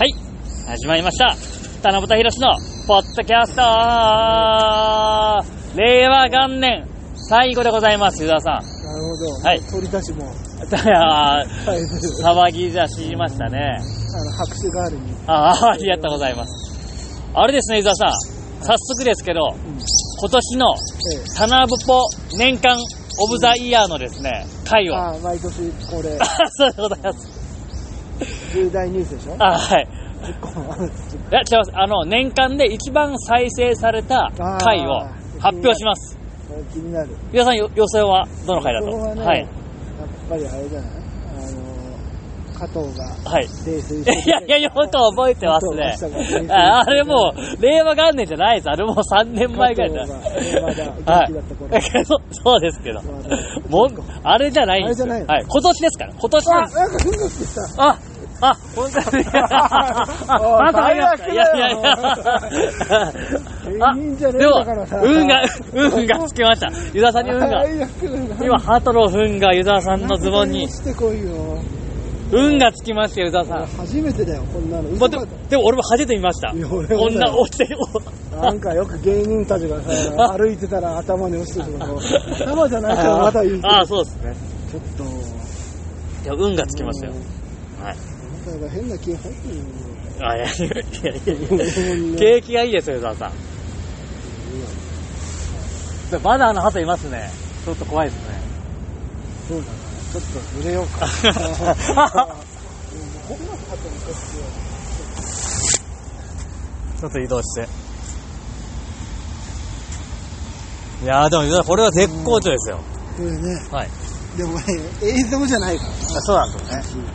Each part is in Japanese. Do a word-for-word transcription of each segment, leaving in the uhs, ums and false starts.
はい、始まりました。七夕ひろしのポッドキャスト令和元年最後でございます。湯沢さん。 なるほど。 はい。 鳥たちも。 騒ぎじゃ知りましたね。 あの、拍手代わりに。 ああ、ありがとうございます。あれですね、湯沢さん。早速ですけど、うん、今年の七夕年間オブザイヤーのですね、会を。 ああ、毎年恒例。 そうでございます。 重大ニュースでしょ？ あ、はい。いや、違います。あの、年間で一番再生された回を発表します。 気になる。 皆さん、予想はどの回だと？ 予想はね、はい。やっぱりあれじゃない？あの、加藤が。はい。泥酔して。 いやいや、よく覚えてますね。あれもう、令和元年じゃないです。あれもうさんねんまえぐらいだ。 まだ元気だった頃。はい、 そうですけど。もう、あれじゃないんですよ。はい。今年ですから。今年なんです。あ、なんかふんがしてた。 ああ、本当に。あ、最悪だよ。いやいやいや。 芸人じゃねえんだからさ。 運が、運がつきました。湯沢さんに運が。今、ハトの運が湯沢さんのズボンに。 してこいよ。 運がつきましたよ、湯沢さん。 初めてだよ、こんなの。 まあ、でも、でも俺も初めて見ました。こんな落ちてる。 なんかよく芸人たちがさ、歩いてたら頭に落ちてるところ。頭じゃないからまだ言う。 ああ、そうですね。 ちょっと。 いや、運がつきましたよ。はい。 なんか変な気が入ってるよ。 あ、いやいやいやいや。景気がいいですよ、湯沢さん。まだあの鳩いますね。ちょっと怖いですね。 そうだな。ちょっと濡れようか。こんな鳩にちょっと移動して。いやーでも湯沢これは絶好調ですよ。 これね。 はい。 でもね、映像じゃないからね。 そうなんですよね。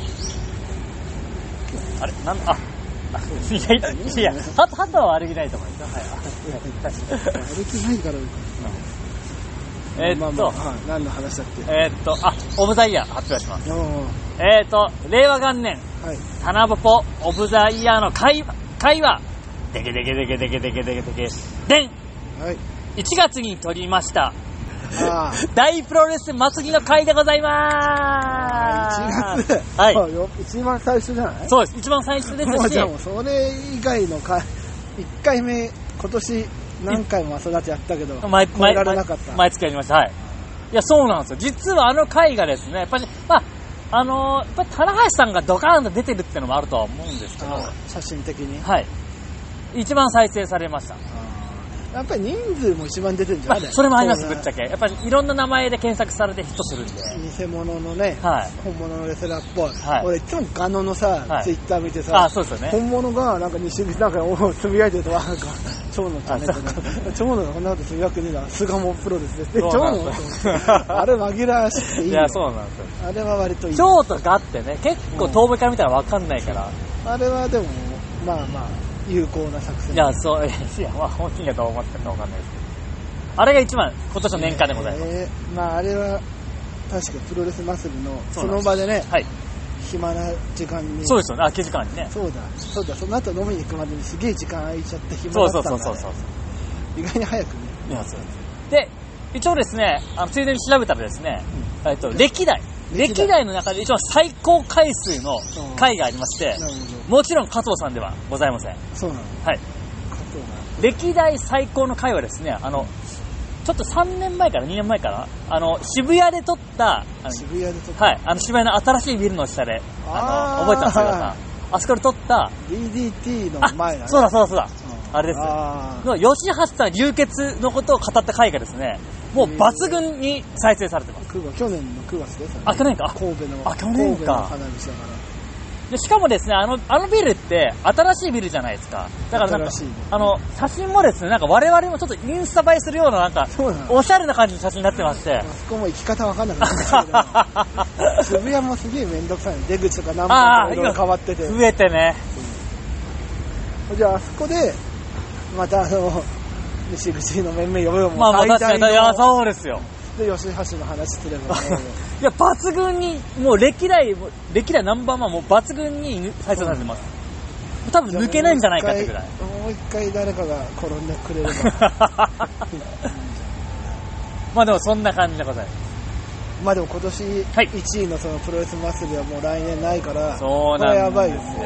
あれなんあ、いやいや、いや、ハト、ハトは歩きないと思うんですよ。はい。 歩きないから。 えーっと、まあまあはい、何の話だっけ？ えーっと、あ、オブザイヤー発表します。えーっと、令和元年、はい、七夕オブザイヤーの会話、会話、でけでけでけでけでけでけでけ、でん、はい、いちがつに撮りました。あ大プロレス祭りの会でございまーす。いちがつ、はい、一番最初じゃない？ そうです。一番最初ですし、 もうじゃあもうそれ以外の会、いっかいめ今年何回も朝立ちやったけど毎超えられなかった。 毎月やりました。はい。いやそうなんですよ。実はあの会がですね、やっぱりまああのー、やっぱり棚橋さんがドカーンと出てるっていうのもあるとは思うんですけど、 写真的にはい。一番再生されました。 やっぱり人数も一番出てるんじゃない？ まあ、それもあります、ぶっちゃけ。やっぱりいろんな名前で検索されてヒットするんで。 偽物のね、はい、本物のレスラーっぽい。はい、俺いつもガノのさ、はい、ツイッター見てさ、 あ、そうですよね、 本物がなんか西口なんかつぶやいてると、なんか、蝶野ためとか、蝶野がこんなことつぶやくねえな、巣鴨プロですね。で、蝶野あれ紛らわしくていいよ。 いや、そうなんですよ。 あれは割といい。 蝶とガってね、結構遠目から見たらわかんないから、 うん。あれはでも、まあまあ、有効な作戦。 いや、そう、いや、まあ、本気だと思ってたかわかんないですけど。あれが一番、今年の年間でございます。 えー、まあ、あれは、確かプロレス祭りの、その場でね、はい、暇な時間に。 そうですよね、空き時間にね。 そうだ、そうだ、その後飲みに行くまでにすげえ時間空いちゃって暇だったんだ、ね。そうそうそうそう。意外に早くね。 いや、そうです。で、一応ですね、あの、ついでに調べたらですね、うん、えっと、歴代。歴代の中で一番最高回数の回がありまして、もちろん加藤さんではございません。 そうなの？ はい。 加藤が歴代最高の回はですね、あの、ちょっとさんねんまえからにねんまえかな、あの、渋谷で撮った、あの渋谷で撮ったはい、あの、渋谷の新しいビルの下で、あの、覚えてますか、皆さん。あそこで撮った、 ディーディーティー の前だね。 そうだそうだそうだ。あれです。の吉橋さん流血のことを語った回がですね、もう抜群に再生されてます。 去年のくがつです。 あ、去年か。 神戸の。 あ、去年か。 花火したから。 で、しかもですね、あの、あのビルって新しいビルじゃないですか。だからなんか、あの、写真もですね、なんか我々もちょっとインスタ映えするようななんか、おしゃれな感じの写真になってまして。 あそこも行き方わかんなくなったけど、渋谷もすげえめんどくさいの。出口とかナンバーとか変わってて。 増えてね。 じゃあ、あそこで、またあの、西口の面々呼ぶよ。 まあまあ確かに、いや、そうですよ。 で、吉橋の話すればね。 いや、抜群に、もう歴代、歴代ナンバーワンもう抜群に再生されてます。多分抜けないんじゃないかってぐらい。 もう一回誰かが転んでくれれば。 まあでもそんな感じでございます。 まあでも今年いちいのそのプロレス祭りはもう来年ないから、 そうなんですよ。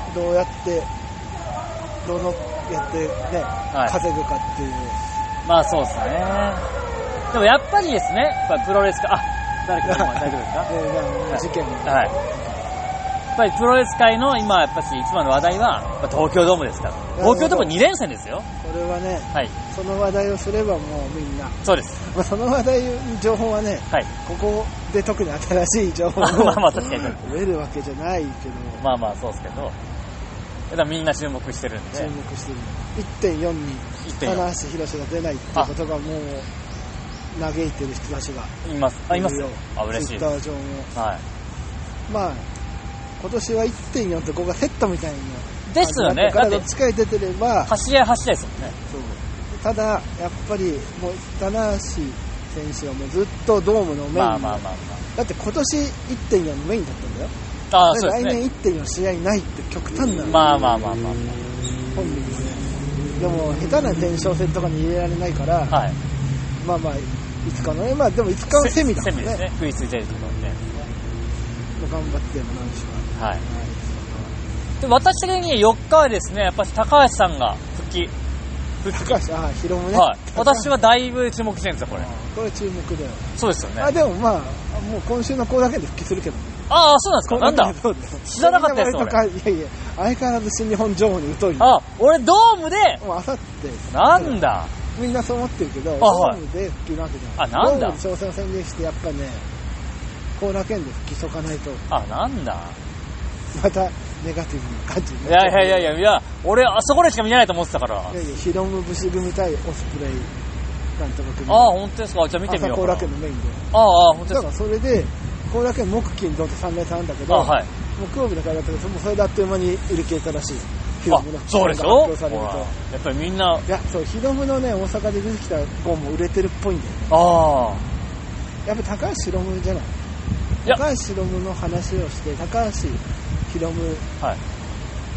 どうやってどのやってね、はい、稼ぐかっていう。 まあそうですね。でもやっぱりですね、やっぱプロレスか、あ、誰か大丈夫ですか？ えー、事件も、 はい。やっぱりプロレス界の今やっぱし一番の話題は東京ドームですから。東京ドームに連戦ですよ。 これはね、 はい、 その話題をすればもうみんな。 そうです。 まあ、その話題情報はね、はい、ここで特に新しい情報をまあまあ確かに得るわけじゃないけど。 まあまあそうですけど。だからみんな注目してるんで。 注目してる。いってんよん に棚橋宏が出ないっていうことがもう嘆いてる人たちがいます。あ、いますよ。あ、嬉しいです。 ツイッター上も。はい。まあ今年は いってんよん とごがセットみたいな。 ですよね。 だってどっちかに出てれば走り合い走り合いですもんね。 そう。ただやっぱりもう棚橋選手はもうずっとドームのメイン。まあまあまあまあ。だって今年 いってんよん のメインだったんだよ。ああ、そうですね。来年 いってんよん 試合ないって極端な。 まあまあまあまあ。 本人ですね。でも下手な前哨戦とかに入れられないから、はい、まあまあいつかのね、まあでもいつかのセミだもんね。 セミですね。食いついてるところね。 頑張っても何しか。はい。はい、 で私的によっかはですね、やっぱり高橋さんが復帰。 復帰。高橋、ああ、ヒロムね。 はい。私はだいぶ注目してるんですよ、これ。 これ注目だよ。 そうですよね。 あ、でもまあ、もう今週の後だけで復帰するけど。 ああ、そうなんですか。なんだ。知らなかったです、俺。 いやいや、相変わらず新日本情報に疎い。 あ、俺ドームで。 もうあさって。 なんだ。 みんなそう思ってるけど、ドームで復帰なわけじゃん。 あ、なんだ。 ドームで挑戦を宣言して、やっぱね、後楽園で復帰しとかないと。 あ、なんだ。 また、ネガティブな感じにいやいやいやいや、いや、俺、あそこでしか見れないと思ってたから。 いやいや、ヒロム武士組対オスプレイ。なんとか組。 ああ、本当ですか。じゃあ見てみよう。 後楽園のメインで。 ああ、本当ですか。 だからそれで、後楽園木金土とさんれいさんだけど、はい、木曜日の会だったけど、もうそれであっという間に売り切れたらしい。 ヒロムのそうでしょ。発表されると。やっぱりみんな。 いや、そう、ヒロムのね、大阪で出てきた本も売れてるっぽいんだよね。 ああ。 やっぱ高橋ヒロムじゃない。高橋ヒロムの話をして、高橋ヒロム、はい、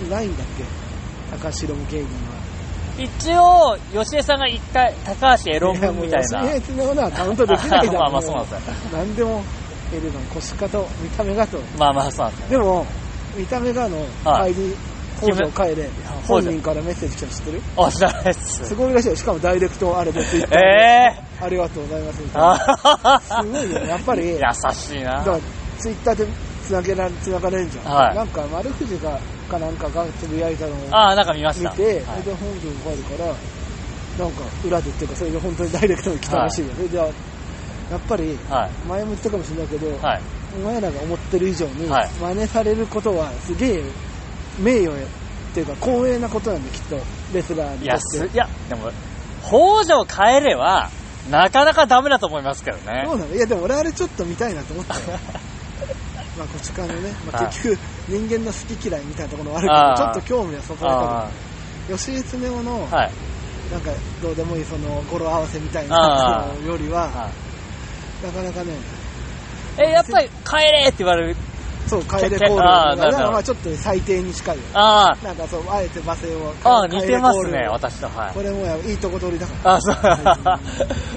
ないんだっけ、高橋ヒロム芸人は。 一応、吉江さんが言った高橋エロムみたいな。 吉江ってのはカウントできないだろ。 まあまあそうなんですよ。 何でもエレガン、腰かと見た目がと。 まあまあそうなんですよ。 でも、見た目がの入り、北条帰れ、本人からメッセージ来たの知ってる？ あ、知らないです。 すごいらしいよ。しかもダイレクトあれでツイッターで。 えー、ありがとうございますみたいな。すごいよね、やっぱり。 優しいな。 だからツイッターでつなげられ、つながれるじゃん。はい、なんか丸藤がかなんかがつぶやいたのを見て、 あ、なんか見ました。 見て、それで本人が帰るから、なんか裏でっていうか、それで本当にダイレクトに来たらしいよ。はい、それでやっぱり、前も言ったかもしれないけど、はい、お前らが思ってる以上に、真似されることはすげえ名誉っていうか光栄なことなんで、きっとレスラーにとって。 いや、でも北条帰れはなかなかダメだと思いますけどね。 そうなの。いやでも俺あれちょっと見たいなと思ったよ。まあこっち側のね、まあ、結局人間の好き嫌いみたいなところもあるけど、ちょっと興味はそこらけど、吉井恒夫の、はい、なんかどうでもいいその語呂合わせみたいなのよりは、なかなかね、 え、やっぱり帰れって言われる。 そう、帰れコールが、だからまあちょっと最低に近いよ。ああ。なんかそう、あえて罵声を。 ああ、似てますね、私と。はい。 これもやいいとこ取りだから。 ああ、そう。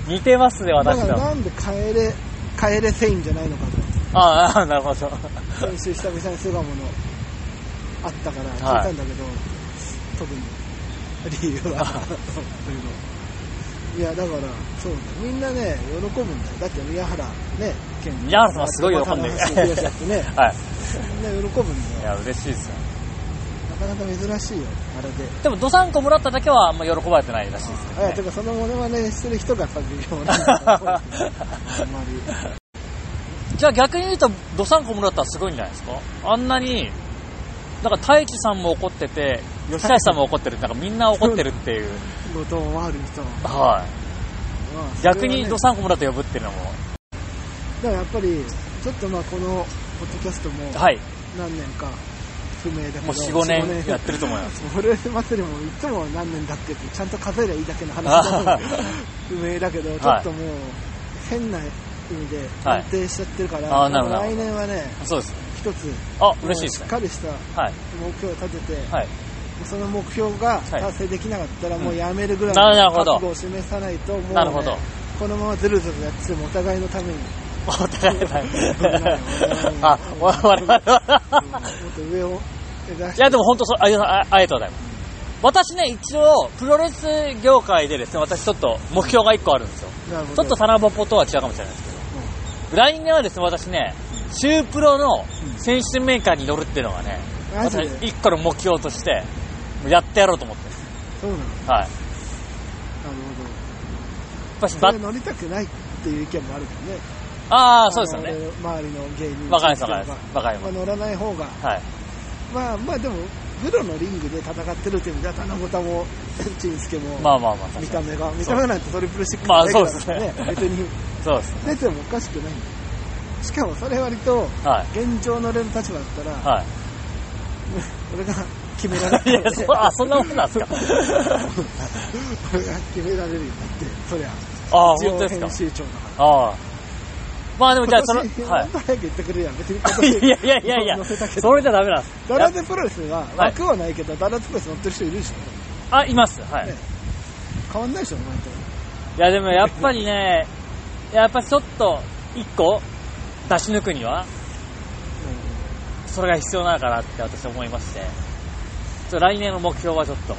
似てますね、私と。 だからなんで帰れ、帰れセインじゃないのかと。 ああ、なるほど。 先週久々に巣鴨のあったから聞いたんだけど、はい、特に理由は。いやだからそうだ、みんなね喜ぶんだよ。だって宮原ね、 宮原さんはすごい喜んでる。 ね、はい。みんな喜ぶんだよ。 いや嬉しいですよ。 なかなか珍しいよあれで。 でもドサンコもらっただけはあんま喜ばれてないらしいですけど、ね。 いやてかそのモノマネしてる人がやっぱり微妙なんだあんまり。 じゃあ逆に言うとドサンコもらったらすごいんじゃないですか。あんなに。だから太一さんも怒ってて、吉橋さんも怒ってる、なんかみんな怒ってるっていう。 後藤もある人。 はい。まあ、逆にドサンコもらって呼ぶっていうのも。 だからやっぱりちょっとまあこのポッドキャストも何年か不明だけど、 もう よん,ご 年やってると思います。 プロレス祭りもいつも何年だっけってちゃんと数えりゃいいだけの話だと不明だけど、ちょっともう変な意味で安定しちゃってるから、はい、来年はね、 そうです。 一つあ嬉しいですね、 しっかりした目標を立てて、はい、その目標が達成できなかったらもうやめるぐらいの覚悟を示さないと、もう、ね、 なるほど、 このままずるずるやってもお互いのためにお互いのためにあ、我々はもっと上をいやでも本当そう、ありがとうございます。私ね、一応プロレス業界でですね、私ちょっと目標がいっこあるんですよ。ちょっとタナボポとは違うかもしれないですけど、うん、来年はですね、私ね、シュープロの選手メーカーに乗るっていうのがね、うん、私いっこの目標としてやってやろうと思ってるんです。 そうなの。 はい。 なるほど。それ乗りたくないっていう意見もあるけどね。 ああ、そうですよね。 周りの芸人わかりますわかります。わかります。 まあ、乗らない方が、 はい。 まあまあでもプロのリングで戦ってるっていう意味ではタナボタもチンスケもまあまあまあ見た目が見た目なんてトリプルシックスまあそうですね。 別にそうですね。 出てもおかしくないんだよ。しかもそれ割と現状の俺の立場だったら、はい、俺が決められる、ね。いやそあそんなもんなんですか。 俺が決められるよだってそりゃ。 ああ本当ですか。 編集長だから。 ああ。まあでもじゃあその、はい。 早く言ってくれやん。別にいやいやいやいや、それじゃダメなんです。 ダラデプロレスは枠はないけど、ダラデプロレス乗ってる人いるでしょ。 あ、います。はい。 ね、変わんないでしょ、お前と。 いやでもやっぱりね、やっぱちょっと一個出し抜くには、うん、それが必要なのかなって私は思いまして、ちょっと来年の目標はちょっと。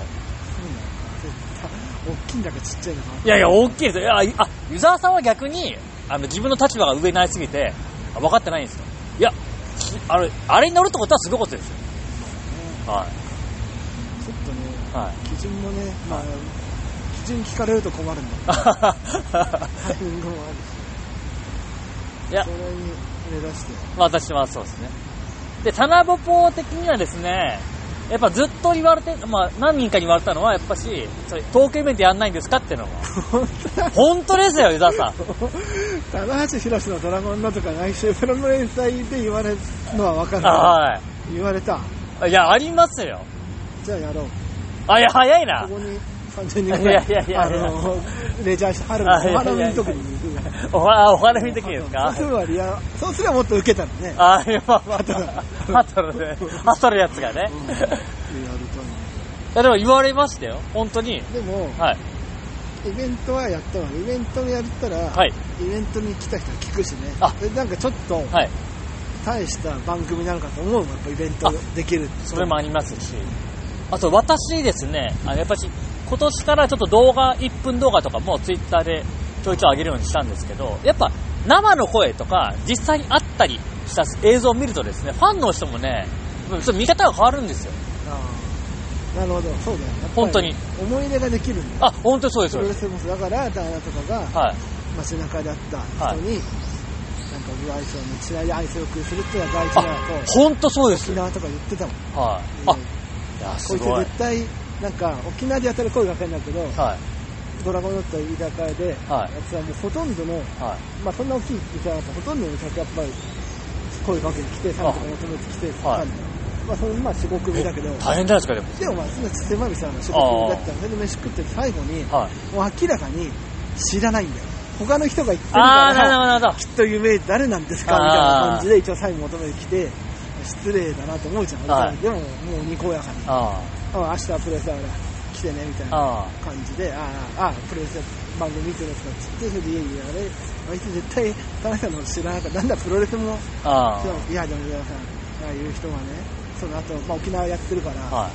大きいんだかちっちゃいのか。 いやいや大きいですよ。いやあ湯沢さんは逆に。あの自分の立場が上になりすぎて分かってないんですよ。いやあれあれに乗るってことはすごいことですよ、うん、はい。 ちょっとね、 はい、 基準もね、まあ、基準聞かれると困るんだタイミングもあるし、いやそれに目指して私はそうですね。でタナボポ的にはですね、やっぱずっと言われて、まあ何人かに言われたのはやっぱしそれトークイベントやんないんですかっていうのが本当ですよ湯沢さん。 棚橋宏のドラゴンのとか来週プロの連載で言われるのは分かる。 はい。 言われた。 いやありますよ。 じゃあやろう。 あいや早いな。 ここにさんじゅうにんぐらい。いやいやいやあのレジャーして春のお花見の時に行く。 お花お花見の時ですか。 そうすればリアそうすればもっと受けたのね。 あいやまあまあハトルねハトルやつがね。 うん、やるとね。 いやでも言われましたよ本当に。 でも。 はい。 イベントはやったのイベントやったら、はい、イベントに来た人は聞くしね。あでなんかちょっと、はい、大した番組なのかと思うもんやっぱイベントできる。 それもありますし、あと私ですね、あのやっぱり今年からちょっと動画いっぷん動画とかもツイッターでちょいちょい上げるようにしたんですけど、やっぱ生の声とか実際にあったりした映像を見るとですね、ファンの人もねちょっと見方が変わるんですよ。 なるほど、そうだよ。 本当に思い出ができるんだ。 あ、本当にそうです。 プロレスもだからダーナとかが、はい、街中であった人に、はい、なんか不愛想にしないで愛想よくするっていうのは大事だと。 本当そうです。 沖縄とか言ってたもん。 はい。 えー、あ、いやすごい。こいつ絶対なんか沖縄でやったら声かけるんだけど、はい、ドラゴンノット居酒屋で、はい、やつはもうほとんどの、はい、まあそんな大きい居酒屋だったらほとんどの客やっぱり声かけに来て、サンとか求めてきて、はい、まあそのまあよん、ご組だけど大変じゃないですか。でもでもまあそんな狭い店はよん、ご組だったらそれで飯食って最後に、はい、もう明らかに知らないんだよ。他の人が言ってるからきっと有名誰なんですかみたいな感じで一応最後求めてきて失礼だなと思うじゃん、はい、でももうにこやかにああ明日はプロレスラー来てねみたいな感じでああああプロレス番組見てるんですかっつってそれでいやいやあれあいつ絶対田中の知らなかったなんだプロレスもあいやでも皆さんああいう人がねその後、まあ、沖縄やってるから、はい、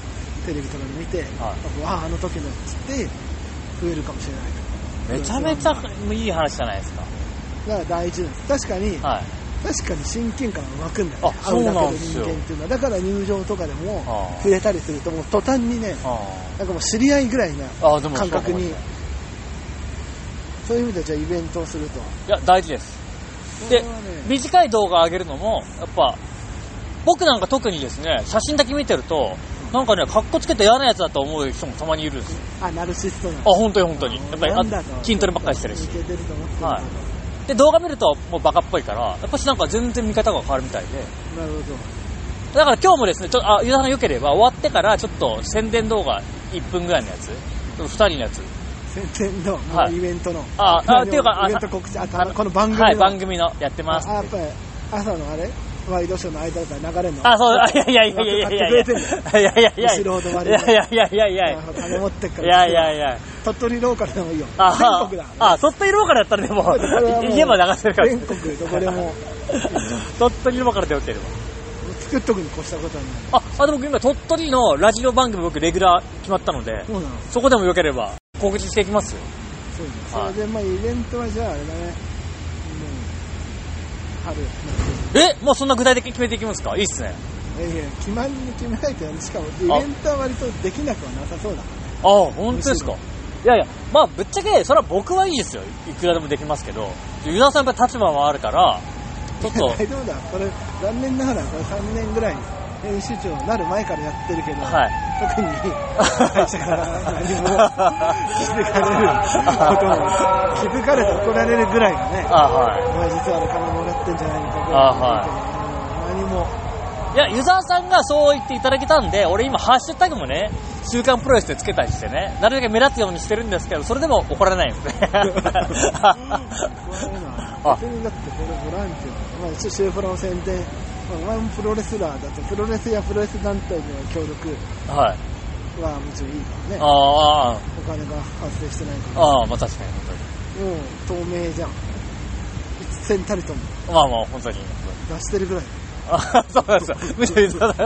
テレビとかで見て、はい、あああの時のっつって増えるかもしれないと。 めちゃめちゃいい話じゃないですか。 だから大事なんです。確かに、はい、確かに親近感が湧くんだよね。 あ、そうなんですよ。 会うだけの人間っていうのはだから入場とかでも触れたりするともう途端にねなんかもう知り合いぐらいな感覚にそういう意味でじゃあイベントをするといや大事です。で、ね、短い動画上げるのもやっぱ僕なんか特にですね写真だけ見てるとなんかねカッコつけて嫌なやつだと思う人もたまにいるんですよ。 あ、ナルシストな。あ、 本当に本当にやっぱり筋トレばっかりしてるしはい、で動画見るともうバカっぽいからやっぱしなんか全然見方が変わるみたいで。 なるほど。 だから今日もですねちょっとあユダさん良ければ終わってからちょっと宣伝動画いっぷんぐらいのやつふたりのやつ宣伝の、はい、イベントのああっていうかイベント告知あこの番組のはい番組のやってます。 あやっぱり朝のあれワイドショーの間だったら流れるの。 あ、そう、いやいやいやいやいやいやいやいやいやいやいや後ろ止まりいやいやいやいやいや金持ってっからいやいやいや鳥取ローカルでもいいよ。 あ全国だ、ね、 あ鳥取ローカルだったらでも家も流せるから全国どこでも鳥取ローカルで受けるわ作っとくに越したことはない。 ああ、でも今鳥取のラジオ番組僕レギュラー決まったので、 そうなの。そこでもよければ告知していきますよ。 そうです、はい、それでまあイベントはじゃああれだね、もう春。 え、もうそんな具体的に決めていきますか？いいっすね。 いやいや、決まりに決めないとやる。しかもイベントは割とできなくはなさそうだからね。 ああ、本当ですか？いやいや、まあぶっちゃけそれは僕はいいですよ。いくらでもできますけど、ユーザーさんやっぱ立場もあるからちょっと大丈夫だ。これ残念ながらこれさんねんぐらい編集長になる前からやってるけど、はい、特に会社から何も気づかれることも気づかれて怒られるぐらいがね、あ、はい、お前実はあれ金もらってんじゃないのかぐらいだけど、はい、何も。 いや、ユーザーさんがそう言っていただけたんで、俺今ハッシュタグもね、週刊プロレスでつけたりしてね、なるべく目立つようにしてるんですけど、それでも怒られないんですね。怒られない。別にだってこれボランティア、まあ、シェフラの宣伝、まあ、お前もプロレスラーだと、プロレスやプロレス団体の協力はもちろんいいからね。ああ、お金が発生してないから。ああ、まあ確かに本当に。もう透明じゃん。一銭たりとも。まあまあ本当に。出してるぐらい。あ、そうなんですよ。むしろ言うとだから。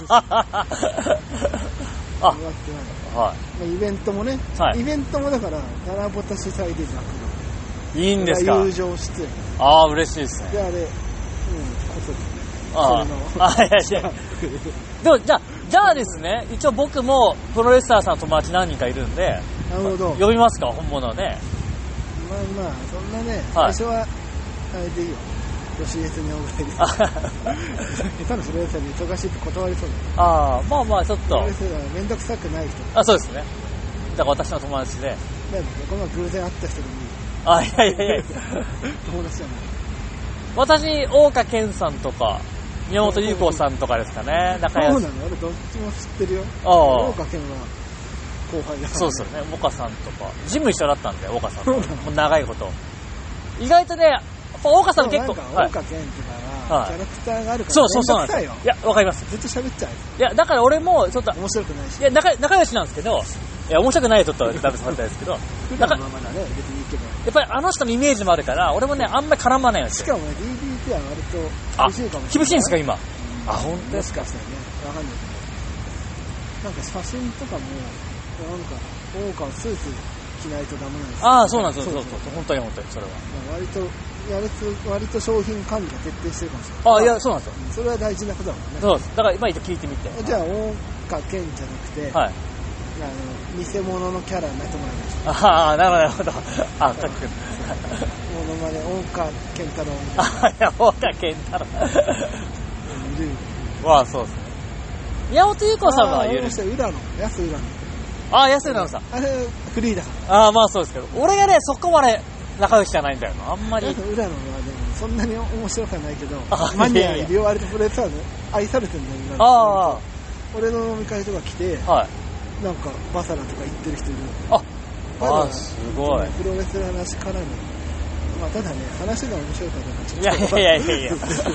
あ、はい。イベントもね、はい、イベントもだから、七夕主催でなくいいんですか？友情出演。ああ、嬉しいですね。で、あれ、うん、こそでね。ああ、いやいや。でも、じゃあ、じゃあですね、一応僕もプロレスラーさんの友達何人かいるんで、なるほど。呼びますか、本物はね。まあまあ、そんなね、はい、最初は、あれでいいよ。吉江におぐらいで。下手なプロレスラーに忙しいって断りそうだ。ああ、まあまあちょっと。プロレスラーめんどくさくない人。あ、そうですね。だから私の友達で。でも、この偶然会った人でもいい。あ、いやいやいや友達じゃない。私、大岡健さんとか、宮本優子さんとかですかね。仲良し。そうなの？俺どっちも知ってるよ。ああ。大岡健は後輩だから、ね。そうですよね。岡さんとか。ジム一緒だったんで、岡さんと。もう長いこと。意外とね、大岡さん結構。大岡健ってから、キャラクターがあるから。そうそうそうなんですよ。いや、わかります。ずっと喋っちゃう。いや、だから俺も、ちょっと。面白くないし。いや、仲、仲良しなんですけど、いや、面白くないとちょっとダメされたんですけど。普段のままだね、別にいいけど。やっぱりあの人のイメージもあるから、俺もね、あんまり絡まないんですよ。しかもね、ディーディーティー は割と厳しいかもしれない。厳しいんですか、今。あ、本当ですか。もしかしたらね、わかんないけど。なんか写真とかも、なんか、大岡はスーツ着ないとダメなんですよ。ああ、そうなんですよ。そうそうそう。本当に本当に、それは。割と、やると、割と商品管理が徹底してるかもしれない。ああ、いや、そうなんですよ。それは大事なことだもんね。そうです。だから今一度聞いてみて。じゃあ、大岡健じゃなくて、はい。あの、偽物のキャラになってもらいましょう。ああ、なるほど、なるほど。あ、かっこいい。ものまね、大岡健太郎みたいな。あ、いや、大岡健太郎。いる。わあ、そうですね。宮本優子さんは言える。浦野、安浦野。ああ、安浦野さん。あれ、フリーだから。ああ、まあそうですけど。俺がね、そこまで仲良しじゃないんだよな。あんまり。浦野はでも、そんなに面白くはないけど、マニアいるよ、割とプロレスラーで愛されてるんだよ。ああ。俺の飲み会とか来て、はい。なんかバサラとか行ってる人いる。あ、あ、すごい。プロレスラーなしからの、まあただね、話が面白いからなんかちょっと。いやいやいやいや。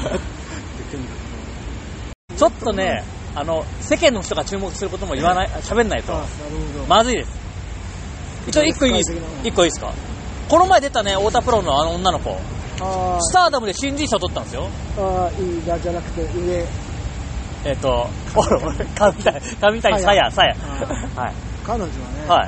ちょっとね、あの世間の人が注目することも言わない、喋んないとまずいです。一応一個いいです、一個いいですか。この前出たね、太田プロのあの女の子、スターダムで新人賞取ったんですよ。ああ、いいだじゃなくて上。えっと、神谷、神谷さや、さや。はい。彼女はね、はい。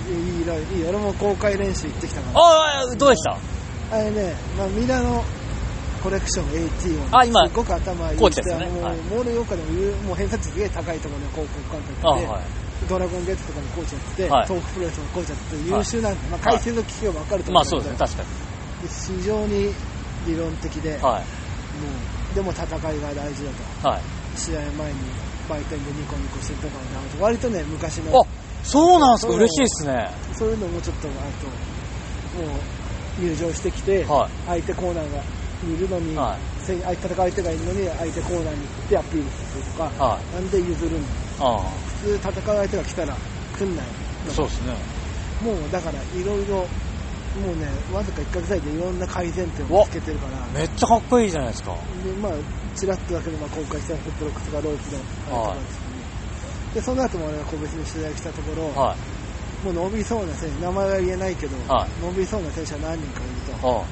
いいら、いい。俺も公開練習行ってきたから。ああ、どうでした？あれね、まあ、ミラノコレクション エーティー を、あ、今、すごく頭いい。コーチですね。もう、モールヨーカでも、もう偏差値すげえ高いところで高校監督で、はい、ドラゴンゲートとかのコーチやってて、はい、トークプロレスのコーチやってて、優秀なんで、まあ、解説の聞けば分かると思うんですけど、まあそうですね、確かに。非常に理論的で、はい、もう、でも戦いが大事だと。はい。試合前に売店でニコニコしてるとかも割とね、昔の。あ、そうなんですか。嬉しいですね。そういうのもちょっと、あと、もう入場してきて、はい、相手コーナーがいるのに、はい、戦う相手がいるのに相手コーナーに行ってアピールするとか、はい、なんで譲るんだ。あ、普通戦う相手が来たら来んない。そうですね。もうだからいろいろ、もうね、わずかいっかげつぐらいでいろんな改善点をつけてるから。めっちゃかっこいいじゃないですか。で、まあ、チラッとだけでまあ公開したフットロックスがロープのあれとかですけど、ね、はい、で、その後も俺が個別に取材したところ、はい、もう伸びそうな選手、名前は言えないけど、はい、伸びそうな選手は何人かいると、はい、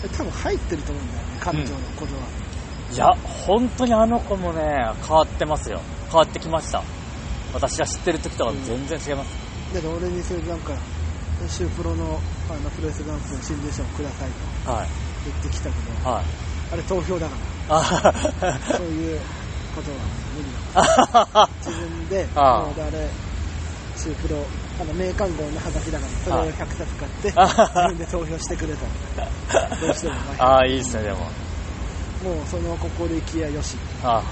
多分入ってると思うんだよね、彼女のことは。うん、いや、本当にあの子もね、変わってますよ。 変わってきました。私が知ってる時とは全然違います。 うん、だから俺にそれなんかシュープロのあのプロレスダンスのシミュレーションをくださいと言ってきたけど、はい、あれ投票だからそういうことは無理だ自分でもう誰シュープロあの名鑑号のハガキだからそれをひゃくさつ買って自分で投票してくれたどうしてもああいいっすね。でももうその心意気やよしあはい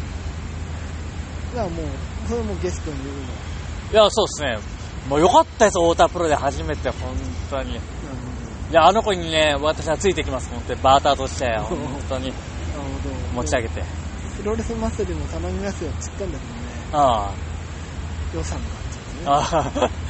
だからもうそれもゲストに言うのいやそうですね。もう良かったです。太田プロで初めて本当に、うん、いやあの子にね私はついてきます。本当にバーターとして本当に持ち上げてプロレスマスリも頼みますよって言ったんだけどねああ予算がああどっかで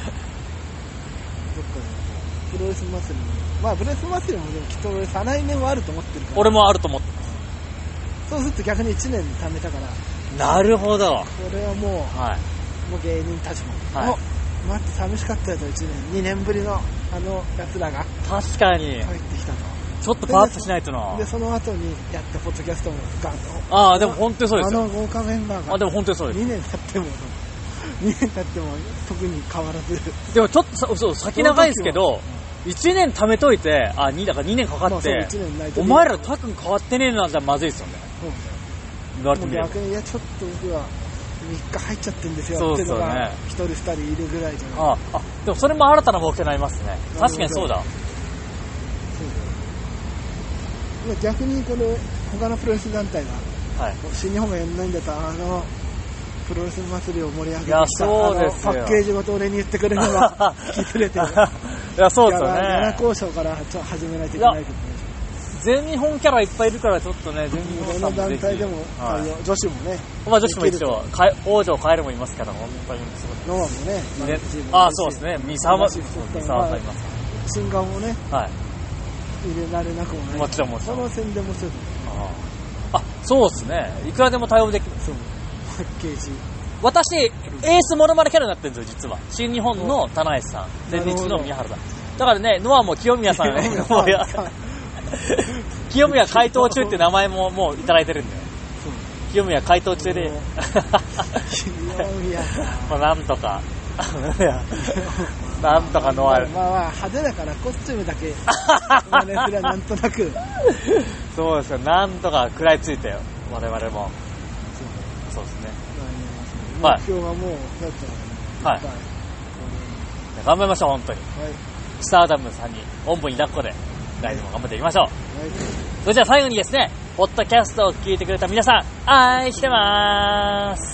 プロレスマスリもまあプロレスマスリもでもきっと俺再来年はあると思ってるから俺もあると思ってます。 そうすると逆にいちねん貯めたからなるほど。 これはもう、はい、もう芸人たちも、はい、待って寂しかったよといちねんにねんぶりのあのやつらが確かに入ってきたとちょっとパワーアップしないとな。 でその後にやったポッドキャストもガンとああでも本当にそうですよ。 あの豪華メンバーがあでも本当にそうです。 にねん経ってもにねん経っても特に変わらずでもちょっとそう先長いですけどいちねん貯めといてあにだからにねんかかって、まあ、お前らタクン変わってねえなじゃまずいですよね。 うん、言われてみれば逆にいやちょっと僕はみっか入っちゃってんですよっていうのがひとりふたりいるぐらいじゃない。 ああでもそれも新たな目標になりますね。確かにそうだ。 そうだ逆にこれ他のプロレス団体が、はい、新日本がやんないんだったらあのプロレス祭りを盛り上げてきたいやそうですよパッケージごと俺に言ってくれれば聞き連れてるいやそうですよね。 ギャラ交渉から始めないといけないけどね。 全日本キャラいっぱいいるからちょっとね全日本さんも団体でも、はい、女子もねまあ女子も一応王女を変えるもいますから本当にすごい。 ノアもねああそうですね三沢三沢さんいます新顔もね、 はい、 入れられなくもない。 もちろんもちろんその宣伝もせずああそうですね。いくらでも対応できる。 そうパッケージ私エースモノマネキャラになってるんですよ実は。新日本の棚橋さん全日の宮原さんだからねノアも清宮さん清宮解凍中って名前ももういただいてるんで清宮解凍中で清宮まあなんとかなんとかノア、 まあ、まあ派手だからコスチュームだけ真似すりゃなんとなくそうですよ。なんとか食らいついてよ我々も。そうですね。 目標はもうだったら、 はい、頑張りましょう本当に、はい、スターダムさんにおんぶに抱っこで来年も頑張っていきましょう、はい、それじゃあ最後にですねポッドキャストを聞いてくれた皆さん愛してまーす。